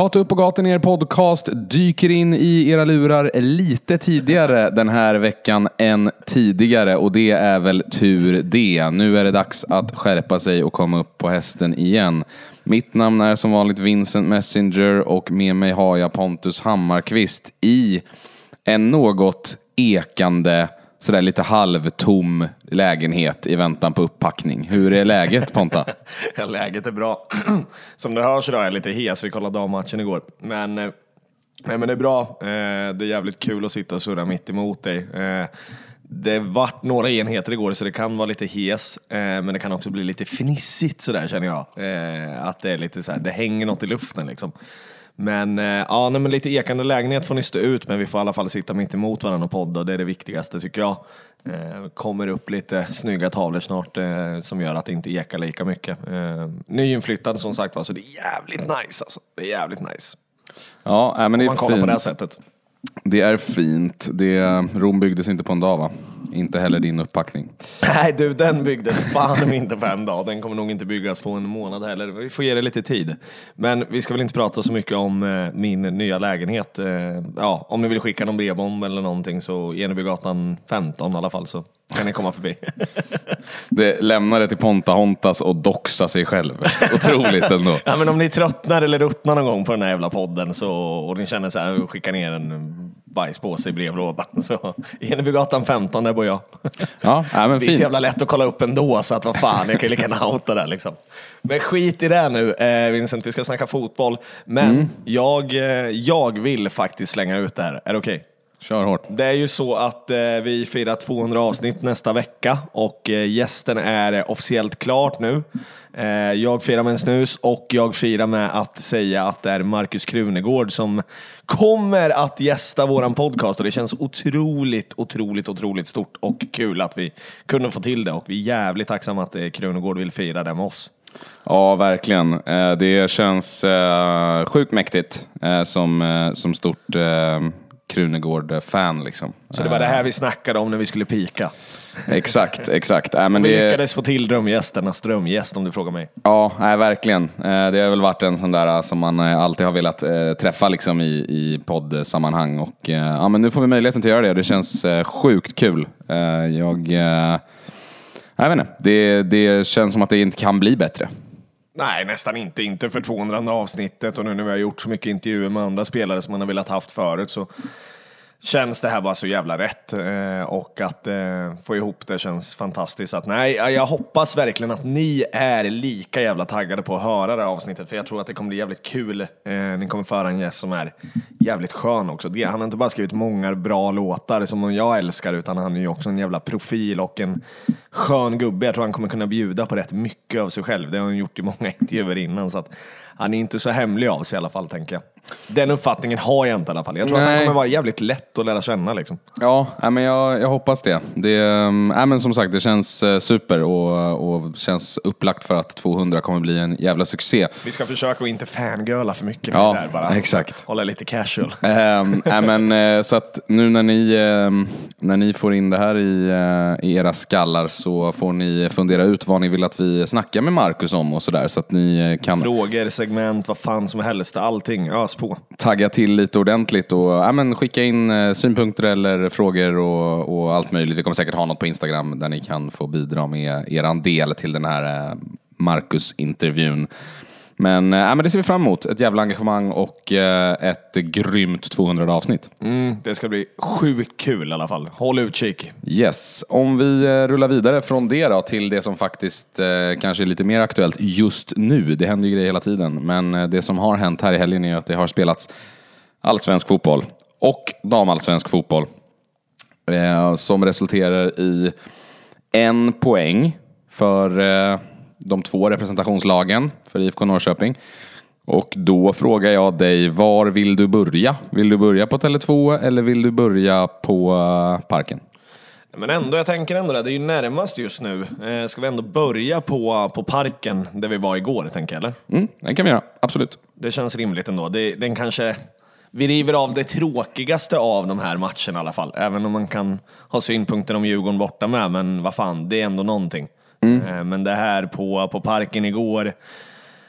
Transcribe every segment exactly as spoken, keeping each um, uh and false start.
Gata upp och gata ner podcast dyker in i era lurar lite tidigare den här veckan än tidigare, och det är väl tur det. Nu är det dags att skärpa sig och komma upp på hästen igen. Mitt namn är som vanligt Vincent Messenger och med mig har jag Pontus Hammarkvist i en något ekande, sådär lite halvtom lägenhet i väntan på upppackning. Hur är läget, Ponta? Ja, läget är bra. Som du hör så är jag lite hes. Vi kollade dammatchen igår. Men, nej, men det är bra. Eh, det är jävligt kul att sitta och surra mitt emot dig. Eh, det vart några enheter igår så det kan vara lite hes. Eh, men det kan också bli lite fnissigt sådär, känner jag. Eh, att det är lite så här, det hänger något i luften liksom. Men eh, ja, nej, men lite ekande lägenhet får ni stå ut, men vi får i alla fall sitta mitt emot varandra och podda. Det är det viktigaste tycker jag. Eh, kommer upp lite snygga tavlor snart eh, som gör att det inte ekar lika mycket. Eh, nyinflyttad som sagt var, så det är jävligt nice alltså. Det är jävligt nice. Ja, äh, men det är man kollar fint på det här sättet. Det är fint. Det, Rom byggdes inte på en dag, va? Inte heller din upppackning. Nej du, den byggdes fan inte på en dag. Den kommer nog inte byggas på en månad heller. Vi får ge det lite tid. Men vi ska väl inte prata så mycket om eh, min nya lägenhet. Eh, ja, om ni vill skicka någon brevbomb eller någonting så Enebygatan femton i alla fall, så kan ni komma förbi. Det lämnar det till Ponta Hontas och doxa sig själv. Otroligt ändå. Ja, men om ni tröttnar eller ruttnar någon gång på den här jävla podden så, och ni känner så här, skicka ner en bajspåse i brevlådan, så Enebygatan femton, där bor jag. Ja, ja, men det är fint. så jävla lätt att kolla upp ändå, så att vad fan, jag kan lika gärna outa där liksom. Men skit i det nu, eh, Vincent, vi ska snacka fotboll. Men mm. jag, eh, jag vill faktiskt slänga ut det här. Är det okej? Okay? Kör hårt. Det är ju så att eh, vi firar tvåhundra avsnitt nästa vecka och eh, gästen är eh, officiellt klart nu. Eh, jag firar med en snus och jag firar med att säga att det är Marcus Krunegård som kommer att gästa våran podcast, och det känns otroligt, otroligt, otroligt stort och kul att vi kunde få till det, och vi är jävligt tacksamma att eh, Krunegård vill fira det med oss. Ja, verkligen. Eh, det känns eh, sjukt mäktigt eh, som, eh, som stort... Eh, Krunegård-fan liksom. Så det var det här vi snackade om när vi skulle pika. Exakt, exakt. Äh, men vi det... lyckades få till drömgästernas drömgäst, om du frågar mig. Ja, äh, verkligen. Äh, det har väl varit en sån där som man äh, alltid har velat äh, träffa liksom, i, i poddsammanhang. Och äh, ja, men nu får vi möjligheten till att göra det. Det känns äh, sjukt kul. Äh, jag, äh, jag vet inte. Det, det känns som att det inte kan bli bättre. Nej, nästan inte. Inte för tvåhundrade avsnittet. Och nu när vi har gjort så mycket intervjuer med andra spelare som man har velat haft förut, så känns det här bara så jävla rätt. Eh, och att eh, få ihop det känns fantastiskt. Att, nej, jag hoppas verkligen att ni är lika jävla taggade på att höra det här avsnittet. För jag tror att det kommer bli jävligt kul. Eh, ni kommer föra en gäst som är jävligt skön också. Det, han har inte bara skrivit många bra låtar som jag älskar, utan han är ju också en jävla profil och en skön gubbe. Jag tror han kommer kunna bjuda på rätt mycket av sig själv. Det har han gjort i många intervjuer innan, så att han är inte så hemlig av sig i alla fall, tänker jag. Den uppfattningen har jag inte i alla fall. Jag tror Nej. att han kommer vara jävligt lätt att lära känna liksom. Ja, men jag, jag hoppas det. Det äh, men som sagt, det känns super och, och känns upplagt för att tvåhundra kommer bli en jävla succé. Vi ska försöka att inte fangirla för mycket. Ja, där bara. Exakt. Hålla lite casual. ähm, äh, men, äh, så att nu när ni, äh, när ni får in det här i, äh, i era skallar, så får ni fundera ut vad ni vill att vi snackar med Marcus om och sådär, så att ni kan... Frågor, segment, vad fan som helst, allting, ös på. Tagga till lite ordentligt och ja, men skicka in eh, synpunkter eller frågor och, och allt möjligt. Vi kommer säkert ha något på Instagram där ni kan få bidra med eran del till den här eh, Marcus-intervjun. Men, äh, men det ser vi fram emot. Ett jävla engagemang och äh, ett grymt tvåhundra avsnitt. Mm, det ska bli sjukt kul i alla fall. Håll utkik. Yes. Om vi äh, rullar vidare från det då till det som faktiskt äh, kanske är lite mer aktuellt just nu. Det händer ju grejer hela tiden. Men äh, det som har hänt här i helgen är att det har spelats allsvensk fotboll och damallsvensk fotboll. Äh, som resulterar i en poäng för... Äh, de två representationslagen för I F K Norrköping. Och då frågar jag dig, var vill du börja? Vill du börja på Tele två eller vill du börja på Parken? Men ändå, jag tänker ändå det, det är ju närmast just nu. Eh, ska vi ändå börja på, på Parken där vi var igår, tänker jag, eller? Mm, det kan vi göra, absolut. Det känns rimligt ändå. Det, den kanske... Vi river av det tråkigaste av de här matcherna i alla fall. Även om man kan ha synpunkter om Djurgården borta med. Men vad fan, det är ändå någonting. Mm. Men det här på, på Parken igår,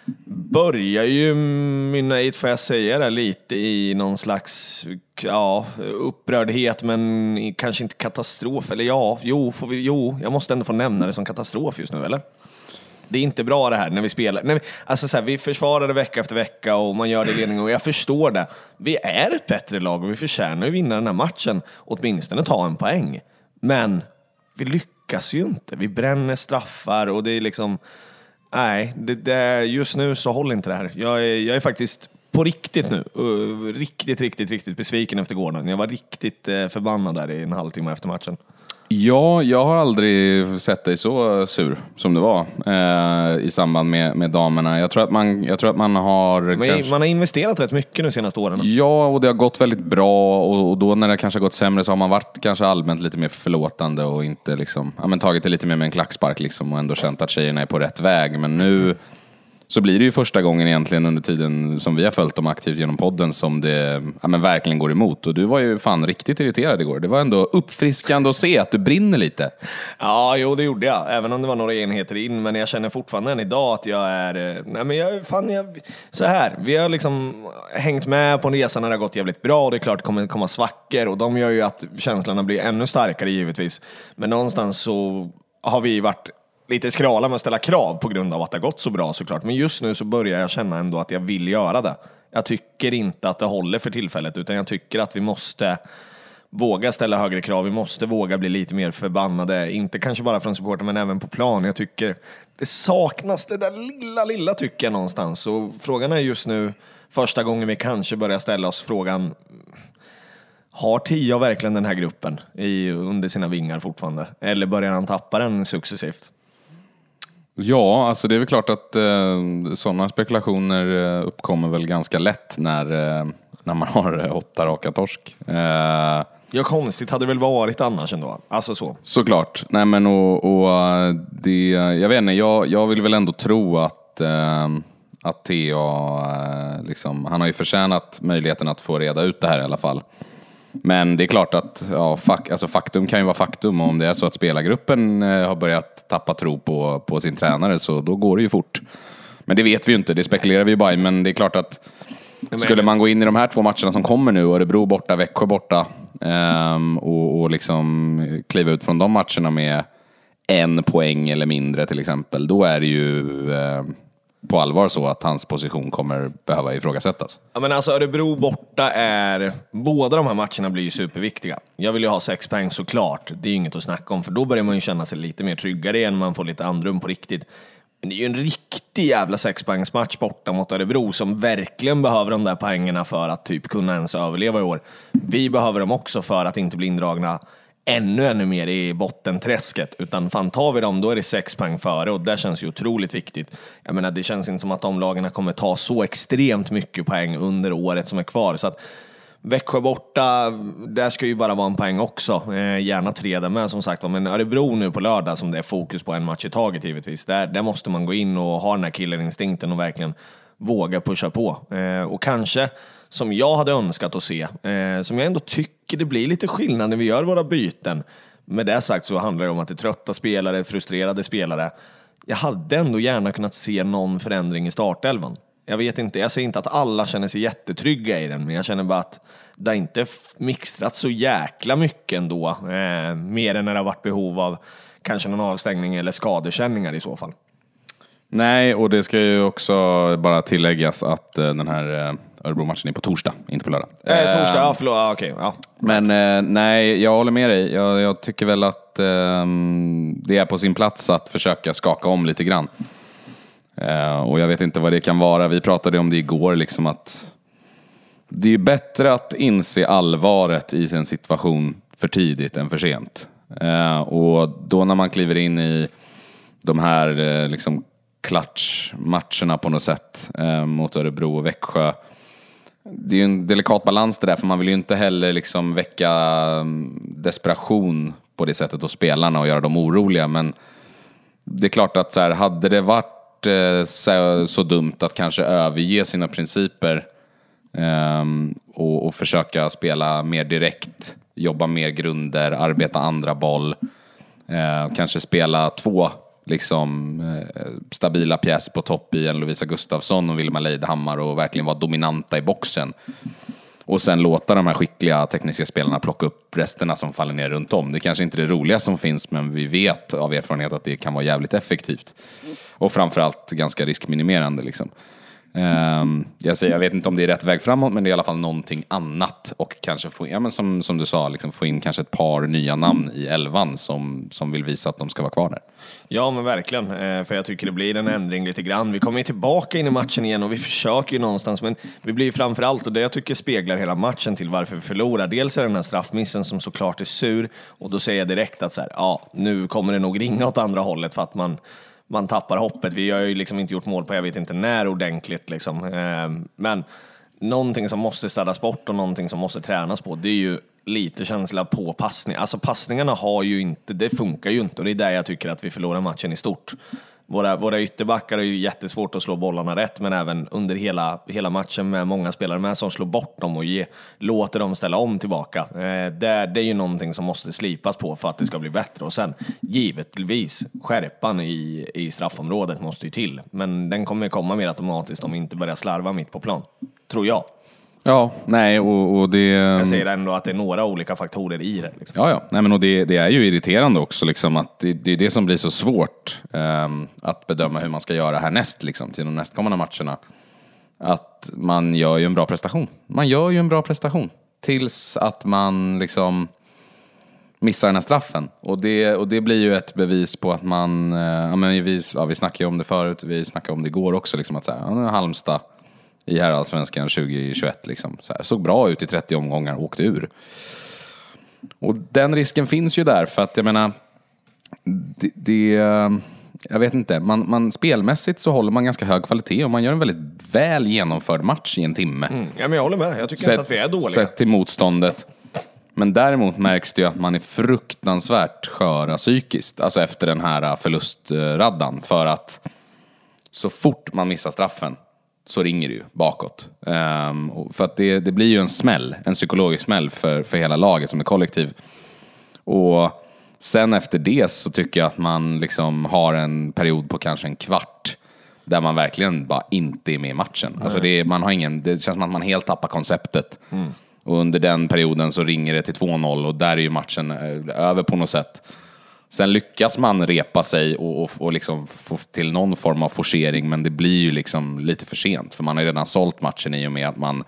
börjar ju mynna i, får jag säga det, lite i någon slags ja, upprördhet, men kanske inte katastrof. Eller ja, jo, får vi, jo, jag måste ändå få nämna det som katastrof just nu, eller? Det är inte bra det här när vi spelar. När vi, alltså så här, vi försvarar det vecka efter vecka och man gör det i ledning, och jag förstår det. Vi är ett bättre lag och vi förtjänar att vinna den här matchen, åtminstone ta en poäng. Men vi lyckas ju inte. Vi bränner straffar och det är liksom... Nej, det, det, just nu så håller inte det här. Jag är, jag är faktiskt på riktigt nu. Uh, riktigt, riktigt, riktigt besviken efter gården. Jag var riktigt uh, förbannad där i en halvtimme efter matchen. Ja, jag har aldrig sett dig så sur som det var eh, i samband med, med damerna. Jag tror att man, jag tror att man har... Men kanske... Man har investerat rätt mycket de senaste åren. Ja, och det har gått väldigt bra. Och, och då när det kanske har gått sämre så har man varit kanske allmänt lite mer förlåtande och inte liksom... Ja, men tagit det lite mer med en klackspark liksom och ändå känt att tjejerna är på rätt väg. Men nu... så blir det ju första gången egentligen under tiden som vi har följt dem aktivt genom podden som det ja, men verkligen går emot. Och du var ju fan riktigt irriterad igår. Det var ändå uppfriskande att se att du brinner lite. Ja, jo, det gjorde jag. Även om det var några enheter in. Men jag känner fortfarande än idag att jag är... Nej, men jag, fan, jag, så här, vi har liksom hängt med på en resa när det har gått jävligt bra. Och det är klart det kommer komma svackor. Och de gör ju att känslorna blir ännu starkare givetvis. Men någonstans så har vi varit... lite skrala med att ställa krav på grund av att det har gått så bra såklart. Men just nu så börjar jag känna ändå att jag vill göra det. Jag tycker inte att det håller för tillfället, utan jag tycker att vi måste våga ställa högre krav. Vi måste våga bli lite mer förbannade. Inte kanske bara från supporten men även på plan. Jag tycker det saknas det där lilla, lilla tycker jag någonstans. Och frågan är just nu första gången vi kanske börjar ställa oss frågan: har Tia verkligen den här gruppen i, under sina vingar fortfarande? Eller börjar han tappa den successivt? Ja, alltså det är väl klart att eh, sådana spekulationer eh, uppkommer väl ganska lätt när, eh, när man har eh, åtta raka torsk. Eh, ja, konstigt hade det väl varit annars ändå. Alltså så. Såklart. Nej, men och, och det, jag vet inte, jag, jag vill väl ändå tro att, eh, att Tia, eh, liksom, han har ju förtjänat möjligheten att få reda ut det här i alla fall. Men det är klart att ja, fak, alltså faktum kan ju vara faktum. Och om det är så att spelargruppen eh, har börjat tappa tro på, på sin tränare, så då går det ju fort. Men det vet vi ju inte, det spekulerar vi ju bara i. Men det är klart att skulle man gå in i de här två matcherna som kommer nu, Örebro borta, Växjö borta, eh, och, och liksom kliva ut från de matcherna med en poäng eller mindre till exempel, då är det ju... Eh, på allvar så att hans position kommer behöva ifrågasättas. Ja, men alltså Örebro borta är... Båda de här matcherna blir ju superviktiga. Jag vill ju ha sex poäng såklart. Det är inget att snacka om, för då börjar man ju känna sig lite mer tryggare igen. Man får lite andrum på riktigt. Men det är ju en riktig jävla sexpoängsmatch borta mot Örebro som verkligen behöver de där poängerna för att typ kunna ens överleva i år. Vi behöver dem också för att inte bli indragna ännu, ännu mer i bottenträsket. Utan fan, tar vi dem, då är det sex poäng före. Och det känns ju otroligt viktigt. Jag menar, det känns inte som att de lagarna kommer ta så extremt mycket poäng under året som är kvar. Så att Växjö borta, där ska ju bara vara en poäng också. eh, Gärna tre där med som sagt. Men Örebro nu på lördag, som det är fokus på en match i taget givetvis, där, där måste man gå in och ha den här killerinstinkten och verkligen våga pusha på. eh, Och kanske, som jag hade önskat att se, eh, som jag ändå tycker det blir lite skillnad när vi gör våra byten. Med det sagt så handlar det om att det är trötta spelare, frustrerade spelare. Jag hade ändå gärna kunnat se någon förändring i startelvan. Jag vet inte, jag säger inte att alla känner sig jättetrygga i den, men jag känner bara att det har inte mixtrat så jäkla mycket ändå. Eh, mer än när det har varit behov av kanske någon avstängning eller skadekänningar i så fall. Nej, och det ska ju också bara tilläggas att uh, den här uh, Örebro-matchen är på torsdag, inte på lördag. Eh, torsdag, ja, förlåt, ja, okej. Ja. Men uh, nej, jag håller med dig. Jag, jag tycker väl att uh, det är på sin plats att försöka skaka om lite grann. Uh, och jag vet inte vad det kan vara. Vi pratade om det igår, liksom att det är bättre att inse allvaret i sin situation för tidigt än för sent. Uh, och då när man kliver in i de här uh, liksom klatschmatcherna på något sätt uh, mot Örebro och Växjö, det är ju en delikat balans det där, för man vill ju inte heller liksom väcka desperation på det sättet hos spelarna och göra dem oroliga. Men det är klart att så här, hade det varit Så, så dumt att kanske överge sina principer um, och, och försöka spela mer direkt, jobba mer grunder, arbeta andra boll, uh, kanske spela två liksom eh, stabila pjäser på topp i en Lovisa Gustafsson och Vilma Leidhammar och verkligen vara dominanta i boxen. Och sen låta de här skickliga tekniska spelarna plocka upp resterna som faller ner runt om. Det kanske inte är det roliga som finns, men vi vet av erfarenhet att det kan vara jävligt effektivt. Och framförallt ganska riskminimerande liksom. Um, jag, säger, jag vet inte om det är rätt väg framåt, men det är i alla fall någonting annat. Och kanske få, ja, men som, som du sa, liksom få in kanske ett par nya namn i elvan som, som vill visa att de ska vara kvar där. Ja, men verkligen, för jag tycker det blir en ändring lite grann. Vi kommer ju tillbaka in i matchen igen och vi försöker ju någonstans, men vi blir ju framförallt, och det jag tycker speglar hela matchen till varför vi förlorar. Dels är den här straffmissen som såklart är sur, och då säger jag direkt att så här, ja, nu kommer det nog ringa åt andra hållet för att man man tappar hoppet. Vi har ju liksom inte gjort mål på jag vet inte när ordentligt liksom. Men någonting som måste städas bort och någonting som måste tränas på, det är ju lite känsla på passning. Alltså passningarna har ju inte, det funkar ju inte, och det är där jag tycker att vi förlorar matchen i stort. Våra, våra ytterbackar är ju jättesvårt att slå bollarna rätt, men även under hela, hela matchen med många spelare med som slår bort dem och ge, låter dem ställa om tillbaka. Eh, det, det är ju någonting som måste slipas på för att det ska bli bättre. Och sen givetvis skärpan i, i straffområdet måste ju till, men den kommer komma mer automatiskt om vi inte börjar slarva mitt på plan, tror jag. Ja, nej, och, och det... Jag säger ändå att det är några olika faktorer i det. Liksom. Ja, ja. Nej, men och det, det är ju irriterande också, liksom, att det, det är det som blir så svårt um, att bedöma hur man ska göra härnäst, liksom, till de nästkommande matcherna. Att man gör ju en bra prestation. Man gör ju en bra prestation. Tills att man liksom missar den här straffen. Och det, och det blir ju ett bevis på att man... Uh, ja, men vi, ja, vi snackade ju om det förut, vi snackade om det igår också. Liksom, att så här, ja, Halmstad i herrallsvenskan tjugo tjugoett liksom. Så här, såg bra ut i trettio omgångar och åkte ur. Och den risken finns ju där, för att jag menar det, det jag vet inte, man, man spelmässigt så håller man ganska hög kvalitet och man gör en väldigt väl genomförd match i en timme. Mm. Ja, men jag håller med. Jag tycker Sätt, inte att vi är dåliga. Sett till motståndet. Men däremot märks det ju att man är fruktansvärt sköra psykiskt, alltså efter den här förlustraddan, för att så fort man missar straffen så ringer det ju bakåt. Um, för att det, det blir ju en smäll, en psykologisk smäll för, för hela laget som är kollektiv. Och sen efter det så tycker jag att man liksom har en period på kanske en kvart där man verkligen bara inte är med i matchen. Alltså det, är, man har ingen, det känns som att man helt tappar konceptet. Mm. Och under den perioden så ringer det till två noll och där är ju matchen över på något sätt. Sen lyckas man repa sig och, och, och liksom få till någon form av forcering, men det blir ju liksom lite för sent, för man har redan sålt matchen i och med att man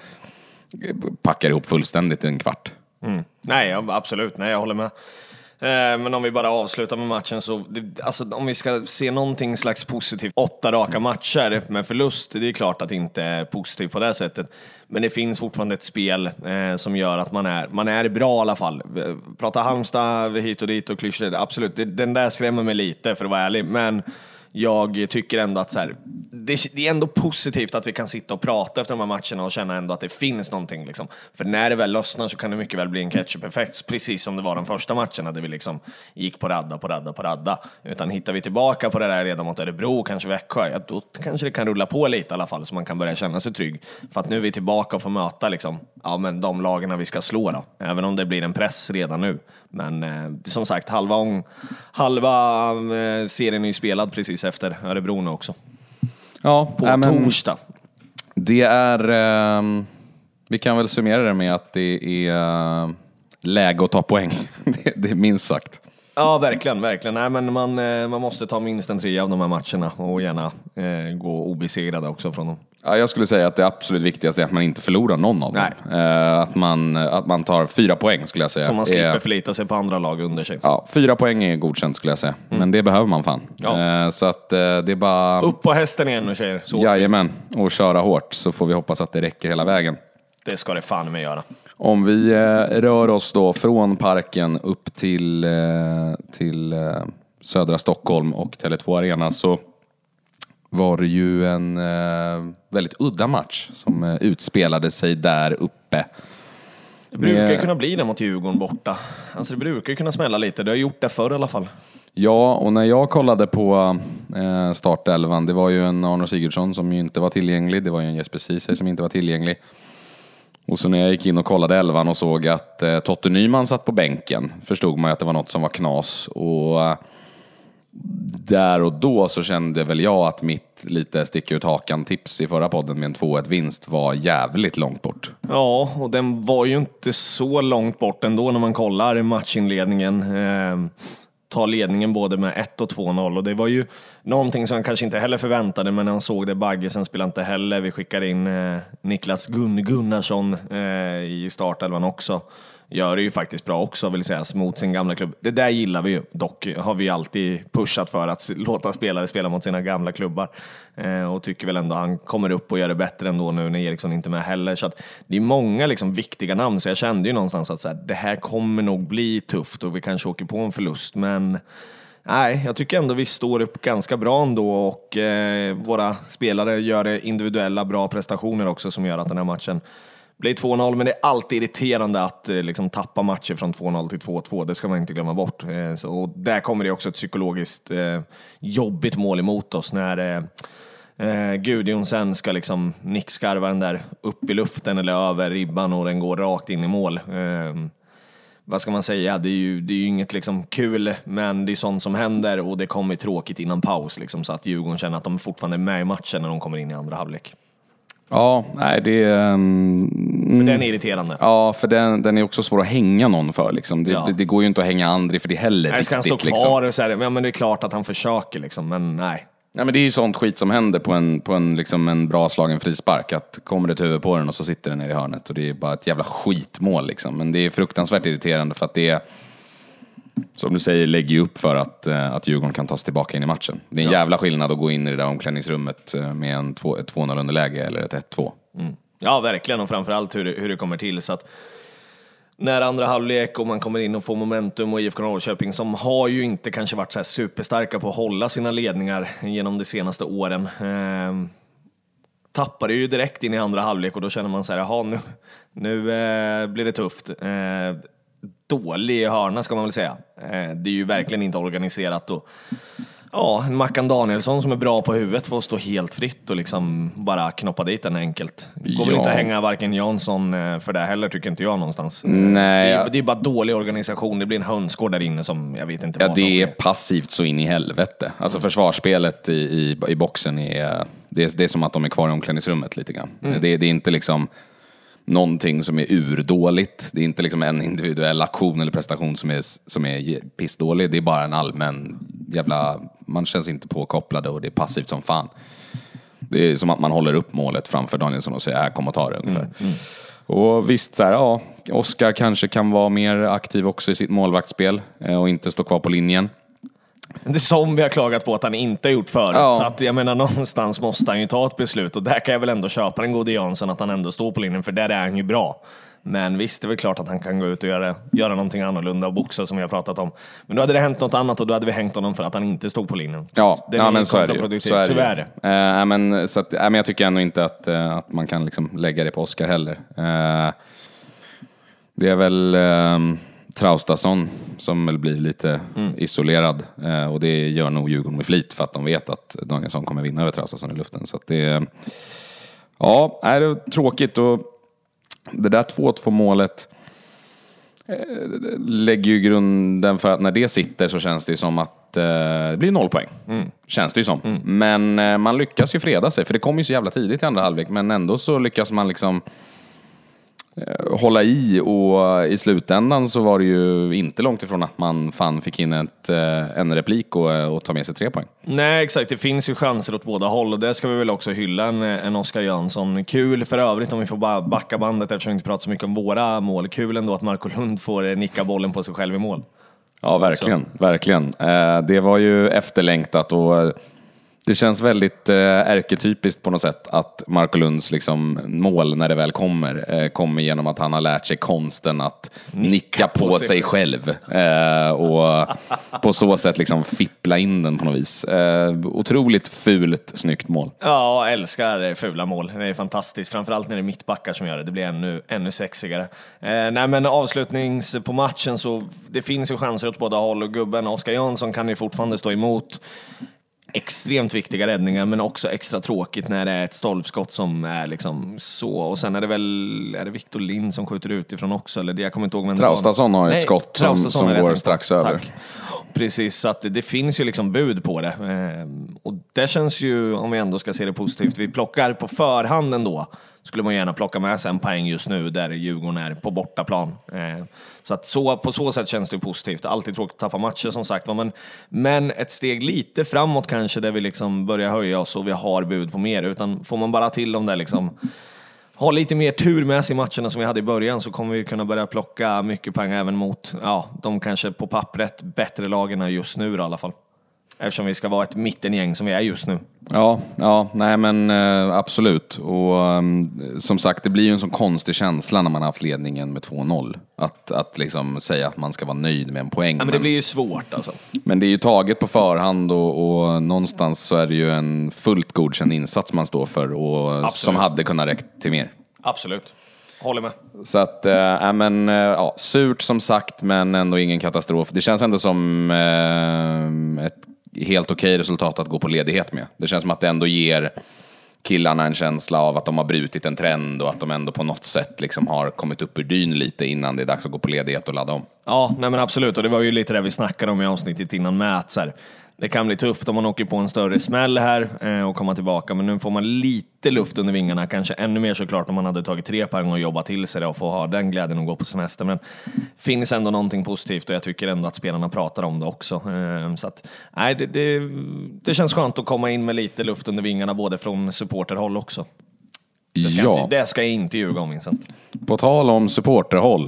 packar ihop fullständigt i en kvart. Mm. Nej, absolut. Nej, jag håller med. Men om vi bara avslutar med matchen så, alltså, om vi ska se någonting slags positivt, åtta raka matcher med förlust, det är klart att det inte är positivt på det sättet, men det finns fortfarande ett spel eh, som gör att man är, man är bra i alla fall. Prata Halmstad hit och dit och klyschor, absolut, det, den där skrämmer mig lite för att vara ärlig, men jag tycker ändå att så här, det, det är ändå positivt att vi kan sitta och prata efter de här matcherna och känna ändå att det finns någonting liksom. För när det väl lossnar så kan det mycket väl bli en ketchup-effekt, precis som det var de första matcherna där vi liksom gick på radda, på radda, på radda. Utan hittar vi tillbaka på det där redan mot Örebro, kanske Växjö, ja, då kanske det kan rulla på lite i alla fall, så man kan börja känna sig trygg. För att nu är vi tillbaka och får möta liksom, ja, men de lagarna vi ska slå då. Även om det blir en press redan nu. Men eh, som sagt, halva, ång, halva eh, serien är ju spelad precis efter Örebro nu också. Ja, på äh, men torsdag. Det är... Eh, vi kan väl summera det med att det är eh, läge att ta poäng. det, det är minst sagt. Ja, verkligen, verkligen. Nej, men man, man måste ta minst en tre av de här matcherna och gärna eh, gå obesegrade också från dem. Ja, jag skulle säga att det absolut viktigaste är att man inte förlorar någon av dem. Eh, att, man, att man tar fyra poäng, skulle jag säga. Så man slipper förlita sig på andra lag under sig. Ja, fyra poäng är godkänt, skulle jag säga. Mm. Men det behöver man fan. Ja. Eh, så att eh, det är bara... Upp på hästen igen nu, tjejer. Så. Jajamän, och köra hårt, så får vi hoppas att det räcker hela vägen. Det ska det fan med göra. Om vi eh, rör oss då från parken upp till, eh, till eh, södra Stockholm och Tele två Arena, så var det ju en eh, väldigt udda match som eh, utspelade sig där uppe. Det brukar ju kunna bli det mot Djurgården borta. Alltså det brukar ju kunna smälla lite. Det har gjort det förr i alla fall. Ja, och när jag kollade på eh, startelvan, det var ju en Arno Sigurdsson som ju inte var tillgänglig. Det var ju en Jesper Ceesay som inte var tillgänglig. Och så när jag gick in och kollade elvan och såg att eh, Totte Nyman satt på bänken, förstod man att det var något som var knas. Och eh, där och då så kände väl jag att mitt lite sticka ut hakan-tips i förra podden med en två ett vinst var jävligt långt bort. Ja, och den var ju inte så långt bort ändå när man kollar matchinledningen. Eh, ta ledningen både med ett och två noll, och det var ju någonting som han kanske inte heller förväntade, men när han såg det, Bagge sen spelade inte heller. Vi skickar in eh, Niklas Gun Gunnarsson eh, i startelvan också. Gör det ju faktiskt bra också, vill säga, mot sin gamla klubb. Det där gillar vi ju. Dock har vi alltid pushat för att låta spelare spela mot sina gamla klubbar. Eh, och tycker väl ändå han kommer upp och gör det bättre ändå nu när Eriksson inte är med heller. Så att det är många liksom viktiga namn, så jag kände ju någonstans att så här, det här kommer nog bli tufft och vi kanske åker på en förlust. Men nej, jag tycker ändå vi står upp ganska bra ändå, och eh, våra spelare gör individuella bra prestationer också som gör att den här matchen blir två noll, men det är alltid irriterande att eh, liksom tappa matcher från två noll till två två. Det ska man inte glömma bort. Eh, så, och där kommer det också ett psykologiskt eh, jobbigt mål emot oss när eh, eh, Gudjonsen ska liksom nickskarva den där upp i luften eller över ribban och den går rakt in i mål. Eh, vad ska man säga? Det är ju, det är ju inget liksom kul, men det är sånt som händer, och det kommer tråkigt innan paus liksom, så att Djurgården känner att de fortfarande är med i matchen när de kommer in i andra halvlek. Ja, nej det är... Um, för den är irriterande. Ja, för den, den är också svår att hänga någon för. Liksom. Det, ja. det, det går ju inte att hänga Andri för det heller. Nej, ska han stå kvar liksom. Och så här, ja, men det är klart att han försöker liksom, men nej. Nej, men det är ju sånt skit som händer på en, på en, liksom en bra slagen frispark. Att kommer det ett huvud på den och så sitter den ner i hörnet. Och det är bara ett jävla skitmål liksom. Men det är fruktansvärt irriterande för att det är, som du säger, lägger ju upp för att, att Djurgården kan ta sig tillbaka in i matchen. Det är en ja. jävla skillnad att gå in i det där omklädningsrummet med en två, ett två noll underläge eller ett ett två. Mm. Ja, verkligen, och framförallt hur, hur det kommer till, så att när andra halvlek och man kommer in och får momentum, och I F K Norrköping som har ju inte kanske varit så här superstarka på att hålla sina ledningar genom de senaste åren, eh, tappar det ju direkt in i andra halvlek, och då känner man så här, jaha, nu, nu eh, blir det tufft. Eh, dålig hörna ska man väl säga. Eh, det är ju verkligen inte organiserat, och ja, en Mackan Danielsson som är bra på huvudet får stå helt fritt och liksom bara knoppa dit den enkelt. Det går ja. väl inte att hänga varken Jansson för det heller, tycker inte jag någonstans. Nej. Det är, det är bara dålig organisation. Det blir en hönsgård där inne som jag vet inte ja, vad det som är. är Passivt så in i helvete. Alltså försvarsspelet i, i, i boxen är det, är det är som att de är kvar i omklädningsrummet lite grann. Mm. Det, det är inte liksom någonting som är urdåligt. Det är inte liksom en individuell aktion eller prestation som är, som är pissdålig. Det är bara en allmän jävla... Man känns inte påkopplade och det är passivt som fan. Det är som att man håller upp målet framför Danielsson och säger, här, kom och ta det ungefär. Mm, mm. Och visst så här, ja, Oskar kanske kan vara mer aktiv också i sitt målvaktsspel och inte stå kvar på linjen. Det är som vi har klagat på att han inte har gjort förut. Ja. Så att jag menar, någonstans måste han ju ta ett beslut. Och där kan jag väl ändå köpa den gode Jansson, att han ändå står på linjen, för där är han ju bra. Men visst, det är väl klart att han kan gå ut och göra, göra någonting annorlunda och boxa som vi har pratat om. Men då hade det hänt något annat, och då hade vi hängt honom för att han inte stod på linjen. Ja, ja men så är det ju. Så är det tyvärr. Ju. Äh, men, så att, äh, men jag tycker ändå inte att, äh, att man kan liksom lägga det på Oskar heller. Äh, det är väl... Äh, Traustason som väl blir lite mm. isolerad, eh, och det gör nog Djurgården med flit för att de vet att Danielsson kommer vinna över Traustason i luften, så att det ja, är det tråkigt, och det där två två målet eh, lägger ju grunden för att när det sitter så känns det som att eh, det blir noll poäng. Mm. Känns det ju som. Mm. Men eh, man lyckas ju freda sig, för det kom ju så jävla tidigt i andra halvlek, men ändå så lyckas man liksom hålla i, och i slutändan så var det ju inte långt ifrån att man fan fick in ett, en replik och, och ta med sig tre poäng. Nej, exakt. Det finns ju chanser åt båda håll, och det ska vi väl också hylla en, en Oskar Jönsson. Kul för övrigt, om vi får bara backa bandet eftersom vi inte pratar så mycket om våra mål. Kul ändå att Marco Lund får nicka bollen på sig själv i mål. Ja, verkligen. Så. Verkligen. Det var ju efterlängtat, och det känns väldigt eh, ärketypiskt på något sätt att Marco Lunds liksom, mål när det väl kommer eh, kommer genom att han har lärt sig konsten att nicka, nicka på, på sig, sig själv eh, och på så sätt liksom fippla in den på något vis. Eh, otroligt fult, snyggt mål. Ja, jag älskar fula mål. Det är fantastiskt, framförallt när det är mittbackar som gör det. Det blir ännu, ännu sexigare. Eh, nej, men avslutnings på matchen så det finns ju chanser åt båda håll, och gubben Oskar Jansson kan ju fortfarande stå emot. Extremt viktiga räddningar, men också extra tråkigt när det är ett stolpskott som är liksom så. Och sen är det väl, är det Victor Lind som skjuter utifrån också, eller det, jag kommer inte ihåg. Men Traustason har ett Nej, skott som, som går strax över. precis, så att det, det finns ju liksom bud på det. Eh, och det känns ju, om vi ändå ska se det positivt, vi plockar på förhand ändå. Skulle man gärna plocka med sig en poäng just nu där Djurgården är på bortaplan. Eh, så att så, på så sätt känns det positivt. Alltid tråkigt att tappa matcher som sagt. Men, men ett steg lite framåt kanske där vi liksom börjar höja oss och vi har bud på mer. Utan får man bara till dem där liksom, ha lite mer tur med sig i matcherna som vi hade i början, så kommer vi kunna börja plocka mycket poäng även mot ja, de kanske på pappret bättre lagarna just nu i alla fall. Eftersom vi ska vara ett mittengäng som vi är just nu. Ja, ja, nej men eh, absolut. Och um, som sagt, det blir ju en sån konstig känsla när man har haft ledningen med två noll. Att, att liksom säga att man ska vara nöjd med en poäng. Ja, men det blir ju svårt alltså. Men det är ju taget på förhand och, och någonstans så är det ju en fullt godkänd insats man står för och absolut. Som hade kunnat räcka till mer. Absolut. Håller med. Så att, äh, men, äh, ja, surt som sagt, men ändå ingen katastrof. Det känns ändå som äh, ett helt okej resultat att gå på ledighet med. Det känns som att det ändå ger killarna en känsla av att de har brutit en trend och att de ändå på något sätt liksom har kommit upp ur dyn lite innan det är dags att gå på ledighet och ladda om. Ja, nej men absolut. Och det var ju lite det vi snackade om i avsnittet innan Mät. Så här. Det kan bli tufft om man åker på en större smäll här eh, och komma tillbaka. Men nu får man lite luft under vingarna. Kanske ännu mer såklart om man hade tagit tre poäng och jobbat till sig det och få ha den glädjen att gå på semester. Men finns ändå någonting positivt och jag tycker ändå att spelarna pratar om det också. Eh, så att, nej, det, det, det känns skönt att komma in med lite luft under vingarna både från supporterhåll också. Det ska, ja. inte, det ska jag inte ljuga om, Vincent. På tal om supporterhåll.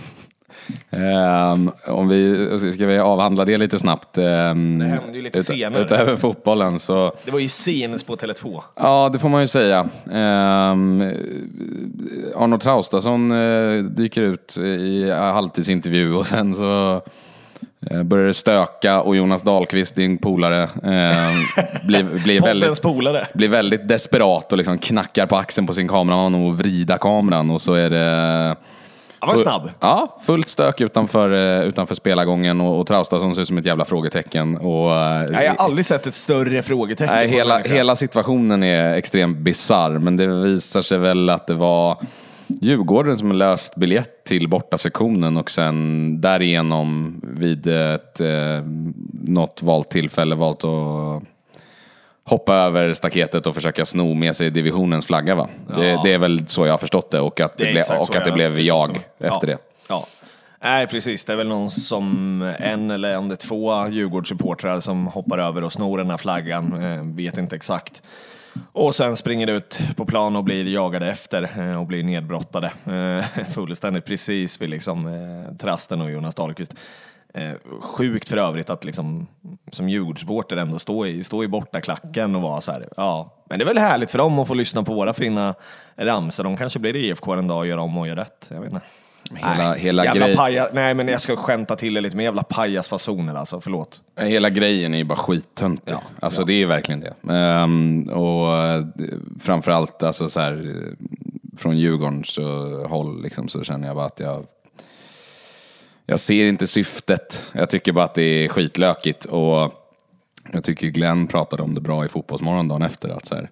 Um, om vi ska vi avhandla det lite snabbt um, det hände ju lite ut, senare. Utöver fotbollen så det var ju scenes på Tele två. Ja, det får man ju säga. um, Arnold Traustason uh, dyker ut i halvtidsintervju och sen så uh, börjar det stöka och Jonas Dahlqvist, din polare, uh, blir, blir, väldigt, polare. blir väldigt desperat och liksom knackar på axeln på sin kameraman och vrida kameran och så är det Han var snabb. Ja, fullt stök utanför, utanför spelargången och, och Traustason ser ut som ett jävla frågetecken. Och, nej, jag har aldrig sett ett större frågetecken. Nej, hela, hela situationen är extremt bizarr, men det visar sig väl att det var Djurgården som löst biljett till bortasektionen och sen därigenom vid ett, eh, något valt tillfälle valt att hoppa över staketet och försöka sno med sig divisionens flagga, va? Ja. Det, det är väl så jag har förstått det och att det, det, ble, och att det blev jag det. efter ja. det. Ja. Nej, precis. Det är väl någon som en eller om det är två Djurgårdssupportrar som hoppar över och snor den här flaggan. Eh, vet inte exakt. Och sen springer ut på plan och blir jagade efter eh, och blir nedbrottade. Eh, fullständigt precis vid liksom, eh, Trasten och Jonas Dahlqvist. Eh, sjukt för övrigt att liksom, som Djurgårdssupporter ändå stå i, stå i borta klacken och vara så här. Ja, men det är väl härligt för dem att få lyssna på våra fina ramsor. De kanske blir I F K en dag och gör om och gör rätt. Jag vet inte. Hela, nej, hela jävla grej... paja... Nej, men jag ska skämta till det lite med jävla pajasfasoner alltså, förlåt. Hela grejen är ju bara skittöntig. Ja, alltså ja. Det är verkligen det. Um, och uh, framförallt alltså så här, från Djurgårdens uh, håll liksom, så känner jag bara att jag Jag ser inte syftet. Jag tycker bara att det är skitlökigt. Och jag tycker Glenn pratade om det bra i Fotbollsmorgon dagen efter. Att så här,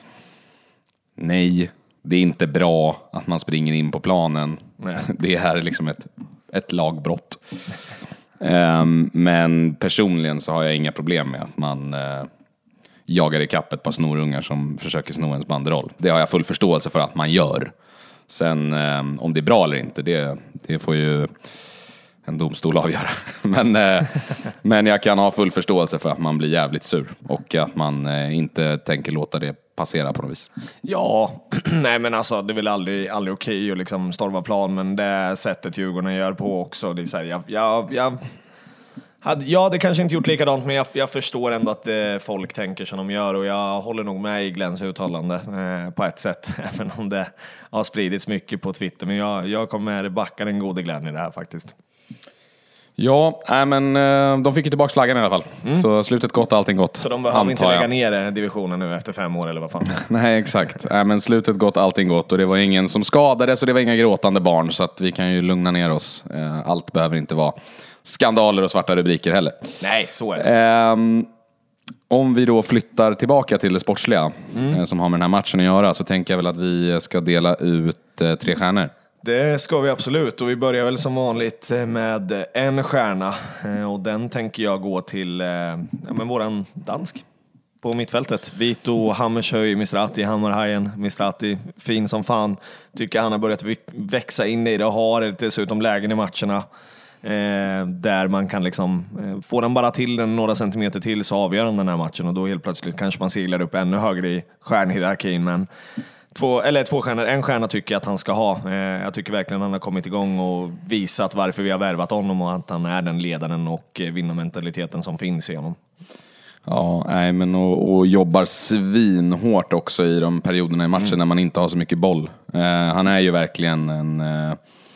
nej, det är inte bra att man springer in på planen. Nej. Det är liksom ett, ett lagbrott. um, men personligen så har jag inga problem med att man uh, jagar i kapp ett par snorungar som försöker sno ens banderoll. Det har jag full förståelse för att man gör. Sen um, om det är bra eller inte, det, det får ju en domstol avgöra. Men, eh, men jag kan ha full förståelse för att man blir jävligt sur. Och att man eh, inte tänker låta det passera på något vis. Ja, nej men alltså det är väl aldrig, aldrig okej att liksom storma plan. Men det sättet Djurgården gör på också. Det är så här, jag, jag, jag hade, ja, det kanske inte gjort likadant. Men jag, jag förstår ändå att eh, folk tänker som de gör. Och jag håller nog med i Glenns uttalande eh, på ett sätt. Även om det har spridits mycket på Twitter. Men jag, jag kommer backa den gode Glenn i det här faktiskt. Ja, äh, men de fick ju tillbaka flaggan i alla fall. Mm. Så slutet gott, allting gott. Så de behöver inte lägga ner divisionen nu efter fem år eller vad fan? Nej, exakt. Äh, men slutet gott, allting gott. Och det var ingen som skadades och det var inga gråtande barn. Så att vi kan ju lugna ner oss. Allt behöver inte vara skandaler och svarta rubriker heller. Nej, så är det. Um, om vi då flyttar tillbaka till det sportsliga mm. som har med den här matchen att göra, så tänker jag väl att vi ska dela ut tre stjärnor. Det ska vi absolut, och vi börjar väl som vanligt med en stjärna, och den tänker jag gå till ja, men våran dansk på mittfältet. Vito Hammershøi Mizrahi, Hammarhajen Mizrahi, fin som fan. Tycker han har börjat växa in i det och har dessutom lägen i matcherna eh, där man kan liksom eh, få den bara till den några centimeter till, så avgör han den här matchen, och då helt plötsligt kanske man seglar upp ännu högre i stjärnhierarkin. Men Två, eller två stjärnor, en stjärna tycker jag att han ska ha. Eh, jag tycker verkligen han har kommit igång och visat varför vi har värvat honom, och att han är den ledaren och eh, vinnarmentaliteten som finns i honom. Ja, nej, men och, och jobbar svinhårt också i de perioderna i matchen mm. när man inte har så mycket boll. Eh, han är ju verkligen en... Eh,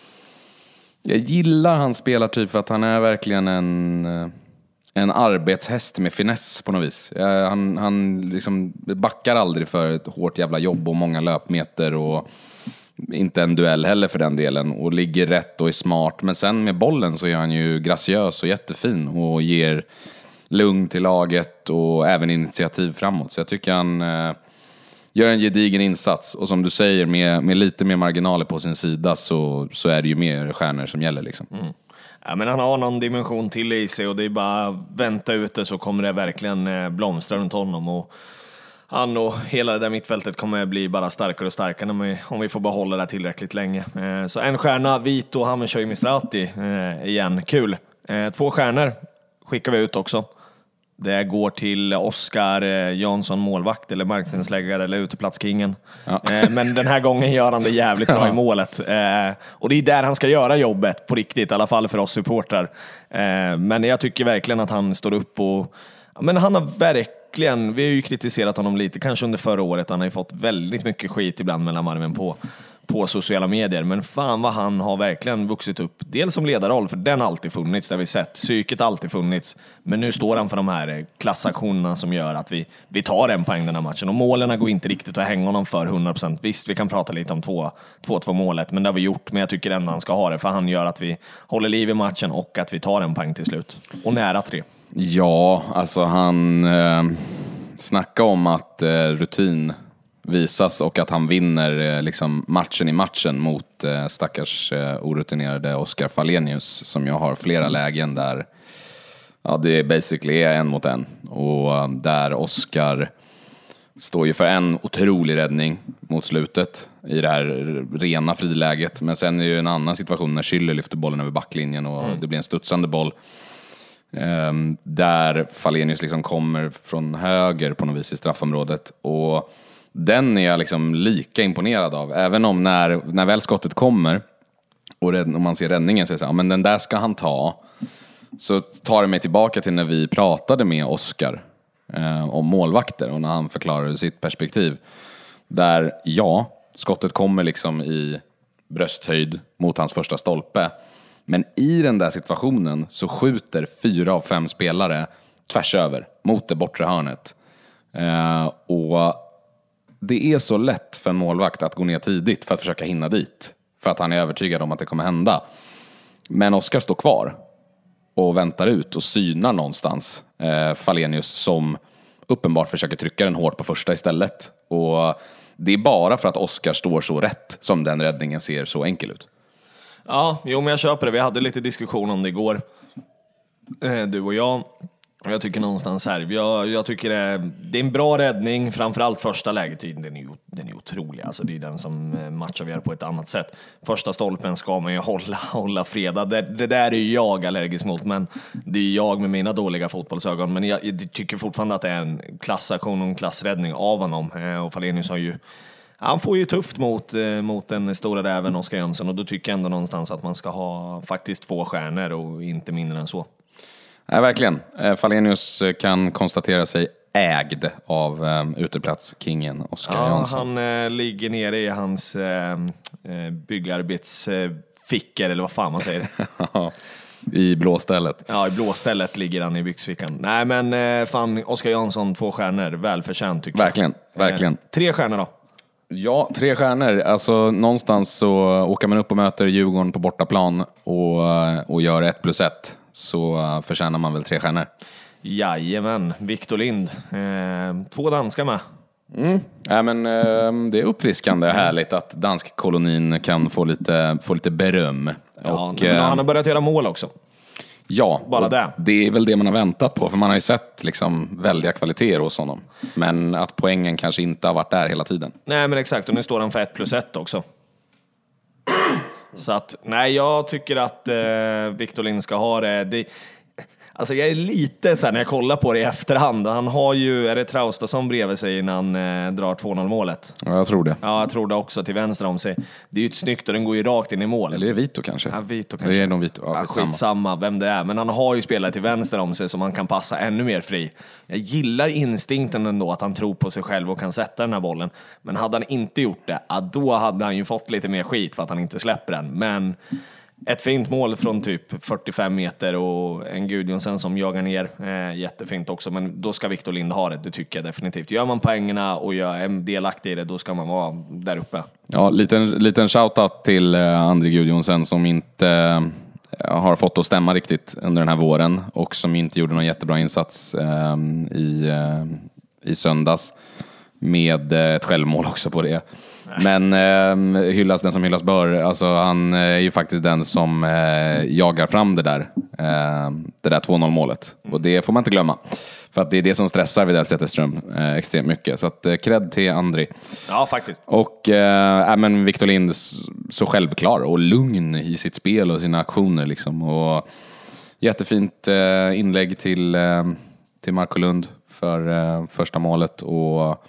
jag gillar hans spelartyp för att han är verkligen en... Eh, en arbetshäst med finess på något vis. Han, han liksom backar aldrig för ett hårt jävla jobb och många löpmeter, och inte en duell heller för den delen, och ligger rätt och är smart. Men sen med bollen så är han ju graciös och jättefin och ger lugn till laget och även initiativ framåt. Så jag tycker han eh, gör en gedigen insats, och som du säger, med, med lite mer marginaler på sin sida så, så är det ju mer stjärnor som gäller liksom. Mm. Ja, men han har någon dimension till i sig, och det är bara vänta ute så kommer det verkligen blomstra runt honom, och han och hela det där mittfältet kommer bli bara starkare och starkare om vi, om vi får behålla det tillräckligt länge. Så en stjärna, Vito Hammershøi Mizrahi igen, kul. Två stjärnor skickar vi ut också. Det går till Oskar Jansson, målvakt eller marknadsläggare eller uteplatskingen. Ja. Men den här gången gör han det jävligt bra i målet. Och det är där han ska göra jobbet på riktigt, i alla fall för oss supportrar. Men jag tycker verkligen att han står upp och... Men han har verkligen... Vi har ju kritiserat honom lite, kanske under förra året. Han har ju fått väldigt mycket skit ibland mellan armen på... på sociala medier, men fan vad han har verkligen vuxit upp, dels som ledarroll, för den har alltid funnits, där vi sett, psyket har alltid funnits, men nu står han för de här klassaktionerna som gör att vi, vi tar en poäng den här matchen, och målen går inte riktigt att hänga honom för hundra procent. Visst, vi kan prata lite om två två målet, men det har vi gjort, men jag tycker ändå han ska ha det, för han gör att vi håller liv i matchen och att vi tar en poäng till slut, och nära tre. Ja, alltså han eh, snackar om att eh, rutin visas, och att han vinner liksom matchen i matchen mot eh, stackars eh, orutinerade Oskar Falenius, som jag har flera lägen där ja, det basically är en mot en, och uh, där Oskar står ju för en otrolig räddning mot slutet i det här rena friläget, men sen är det ju en annan situation när Schüller lyfter bollen över backlinjen och mm. det blir en studsande boll eh, där Falenius liksom kommer från höger på något vis i straffområdet, och den är jag liksom lika imponerad av. Även om när, när väl skottet kommer och rädd, om man ser räddningen så är det så här, men den där ska han ta. Så tar det mig tillbaka till när vi pratade med Oskar eh, om målvakter, och när han förklarade sitt perspektiv. Där ja, skottet kommer liksom i brösthöjd mot hans första stolpe. Men i den där situationen så skjuter fyra av fem spelare tvärs över mot det bortre hörnet. Eh, och det är så lätt för en målvakt att gå ner tidigt för att försöka hinna dit, för att han är övertygad om att det kommer hända. Men Oskar står kvar och väntar ut och synar någonstans eh, Falenius, som uppenbart försöker trycka den hårt på första istället. Och det är bara för att Oskar står så rätt som den räddningen ser så enkel ut. Ja, jo, men jag köper det. Vi hade lite diskussion om det igår, eh, du och jag. Jag tycker någonstans här, jag, jag tycker det är, det är en bra räddning, framförallt första läget, den är ju den är otrolig, alltså det är den som matchar vi på ett annat sätt. Första stolpen ska man ju hålla, hålla fredad, det, det där är ju jag allergisk mot, men det är jag med mina dåliga fotbollsögon, men jag, jag tycker fortfarande att det är en klassaktion och en klassräddning av honom, och Falenius har ju, han får ju tufft mot, mot den stora räven Oskar Jönsson, och då tycker jag ändå någonstans att man ska ha faktiskt två stjärnor och inte mindre än så. Ja, verkligen. Falenius kan konstatera sig ägd av um, uteplatskingen Oskar ja, Jansson. Han uh, ligger nere i hans uh, byggarbetsfickor, uh, eller vad fan man säger. I blåstället. Ja, i blåstället ligger han i byxfickan. Nej, men uh, fan, Oskar Jansson, två stjärnor. Välförtjänt tycker verkligen, jag. Verkligen. Uh, tre stjärnor då? Ja, tre stjärnor. Alltså någonstans så åker man upp och möter Djurgården på bortaplan och, och gör ett plus ett. Så förtjänar man väl tre stjärnor. Jajamän, Victor Lind. Eh, två danskar med. Mm. Ja, men, eh, det är uppfriskande och härligt att danskkolonin kan få lite, få lite beröm. Ja, och, eh, han har börjat göra mål också. Ja, bara det. Det är väl det man har väntat på. För man har ju sett liksom väldiga kvaliteter hos honom. Men att poängen kanske inte har varit där hela tiden. Nej, men exakt. Och nu står han för ett plus ett också. Så att, nej, jag tycker att eh, Victor Lind ska ha det. det Alltså jag är lite så här när jag kollar på det i efterhand. Han har ju, är det Traustason bredvid sig innan han eh, drar två noll målet? Ja, jag tror det. Ja, jag tror det också, till vänster om sig. Det är ju ett snyggt och den går ju rakt in i mål. Eller är det Vito kanske? Ja, Vito kanske. Det är nog Vito. Ja, ja, skitsamma. skitsamma vem det är. Men han har ju spelat till vänster om sig så man kan passa ännu mer fri. Jag gillar instinkten ändå att han tror på sig själv och kan sätta den här bollen. Men hade han inte gjort det, ja, då hade han ju fått lite mer skit för att han inte släpper den. Men ett fint mål från typ fyrtiofem meter och en Gudjonsen som jagar ner. Eh, jättefint också, men då ska Victor Lind ha det, det tycker jag definitivt. Gör man poängerna och gör en delaktig i det, då ska man vara där uppe. Ja, liten, liten shoutout till eh, André Gudjonsen som inte eh, har fått att stämma riktigt under den här våren och som inte gjorde någon jättebra insats eh, i, eh, i söndags med eh, ett självmål också på det. Men eh, hyllas den som hyllas bör. Alltså, han är ju faktiskt den som eh, jagar fram det där eh, det där två noll målet. Och det får man inte glömma. För att det är det som stressar Widell Zetterström eh, extremt mycket. Så att eh, cred till Andri. Ja, faktiskt. Och eh, men Victor Lind så självklar och lugn i sitt spel och sina aktioner liksom. Och jättefint eh, inlägg till, eh, till Marco Lund för eh, första målet. Och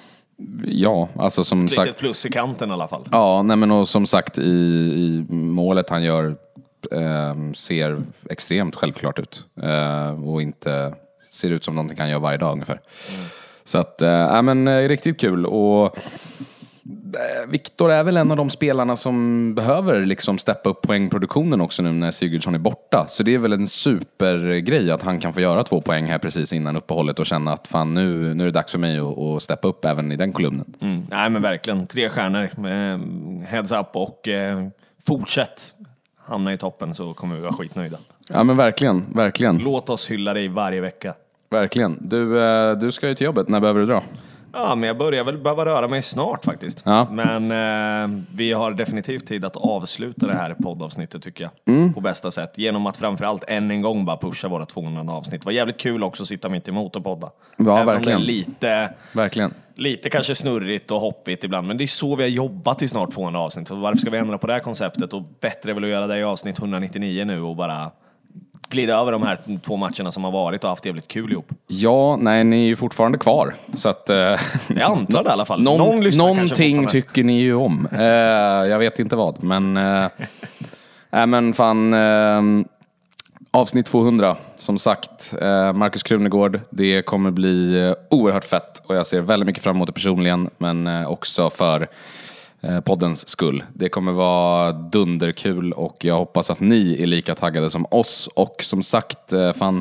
ja, alltså som Lite sagt, plus i kanten i alla fall. Ja, nej men och som sagt i, i målet han gör eh, ser extremt självklart ut eh, och inte ser ut som någonting han gör varje dag ungefär. Mm. Så att, eh, men eh, riktigt kul. Och Victor är väl en av de spelarna som behöver liksom steppa upp poängproduktionen också nu när Sigurdsson är borta. Så det är väl en supergrej att han kan få göra två poäng här precis innan uppehållet och känna att fan nu, nu är det dags för mig att, att steppa upp även i den kolumnen. Mm. Nej men verkligen, tre stjärnor. Eh, heads up och eh, fortsätt hamna i toppen så kommer vi vara skitnöjda. Ja men verkligen, verkligen. Låt oss hylla dig varje vecka. Verkligen. Du, eh, du ska ju till jobbet, när behöver du dra? Ja, men jag börjar väl behöva röra mig snart faktiskt. Ja. Men eh, vi har definitivt tid att avsluta det här poddavsnittet tycker jag. Mm. På bästa sätt. Genom att framförallt än en gång bara pusha våra tvåhundra avsnitt. Det var jävligt kul också att sitta mitt emot och podda. Ja, även verkligen. om det är lite, verkligen. lite kanske snurrigt och hoppigt ibland. Men det är så vi har jobbat i snart tvåhundra avsnitt. Så varför ska vi ändra på det här konceptet? Och bättre är väl att göra det i avsnitt etthundranittionio nu och bara glida över de här två matcherna som har varit och haft jävligt kul ihop. Ja, nej, ni är ju fortfarande kvar. Så att, eh, jag antar det i alla fall. Någon, Någon någonting tycker ni ju om. Eh, jag vet inte vad, men eh, äh, men fan eh, avsnitt tvåhundra, som sagt, eh, Marcus Krunegård, det kommer bli eh, oerhört fett och jag ser väldigt mycket fram emot det personligen, men eh, också för poddens skull. Det kommer vara dunderkul och jag hoppas att ni är lika taggade som oss. Och som sagt, fan,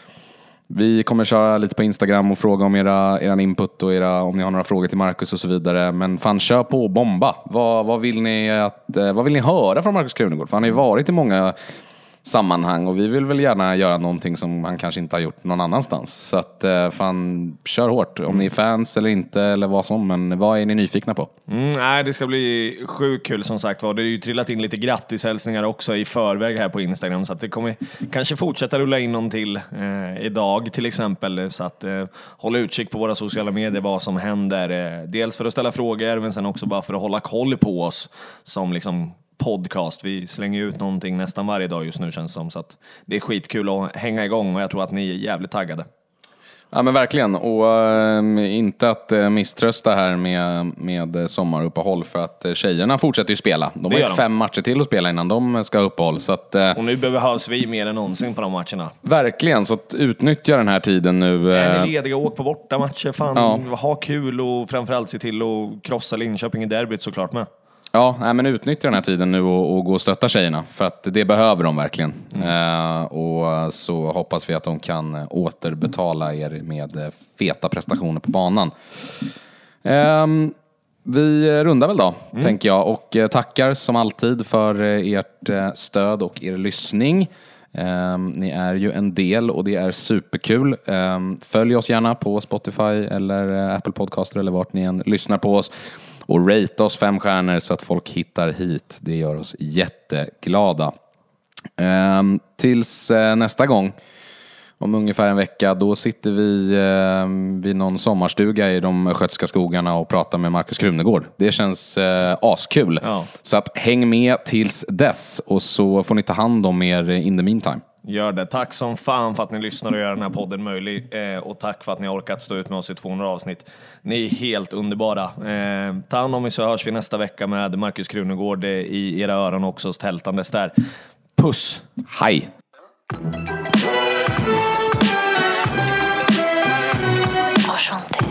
vi kommer köra lite på Instagram och fråga om era, era input och era, om ni har några frågor till Marcus och så vidare. Men fan, kör på och bomba. Vad, vad, vill ni att, vad vill ni höra från Marcus Krunegård? För han har ju varit i många sammanhang och vi vill väl gärna göra någonting som han kanske inte har gjort någon annanstans. Så att fan, kör hårt. Om ni är fans eller inte eller vad som, men vad är ni nyfikna på? Mm, nej, det ska bli sjukt kul som sagt var. Det är ju trillat in lite grattishälsningar också i förväg här på Instagram, så att det kommer kanske fortsätta rulla in någon till eh, idag till exempel. Så att eh, hålla utkik på våra sociala medier vad som händer. Eh, dels för att ställa frågor, men sen också bara för att hålla koll på oss som liksom podcast. Vi slänger ut någonting nästan varje dag just nu känns som, så att det är skitkul att hänga igång och jag tror att ni är jävligt taggade. Ja men verkligen, och äh, inte att äh, misströsta här med, med sommaruppehåll, för att äh, tjejerna fortsätter ju spela. De har ju fem matcher till att spela innan de ska ha uppehåll. Så att, äh, och nu behövs vi mer än någonsin på de matcherna. Verkligen, så att utnyttja den här tiden nu. Äh, är ni lediga, åk på borta matcher, fan, ja. Ha kul och framförallt se till att krossa Linköping i derbyt såklart med. Ja, nej, men utnyttja den här tiden nu och, och gå och stötta tjejerna. För att det behöver de verkligen. Mm. Uh, och så hoppas vi att de kan återbetala er med feta prestationer på banan. Um, vi rundar väl då, mm. tänker jag. Och tackar som alltid för ert stöd och er lyssning. Um, ni är ju en del och det är superkul. Um, följ oss gärna på Spotify eller uh, Apple Podcaster eller vart ni än lyssnar på oss. Och rate oss fem stjärnor så att folk hittar hit. Det gör oss jätteglada. Um, tills uh, nästa gång, om ungefär en vecka, då sitter vi uh, vid någon sommarstuga i de skötska skogarna och pratar med Marcus Krunegård. Det känns uh, askul. Ja. Så att häng med tills dess och så får ni ta hand om er in the meantime. Gör det. Tack som fan för att ni lyssnar och gör den här podden möjlig. Eh, och tack för att ni har orkat stå ut med oss i tvåhundra avsnitt. Ni är helt underbara. Eh, ta hand om er så hörs vi nästa vecka med Marcus Krunegård i era öron också, tältandes där. Puss! Hej! Enchanté.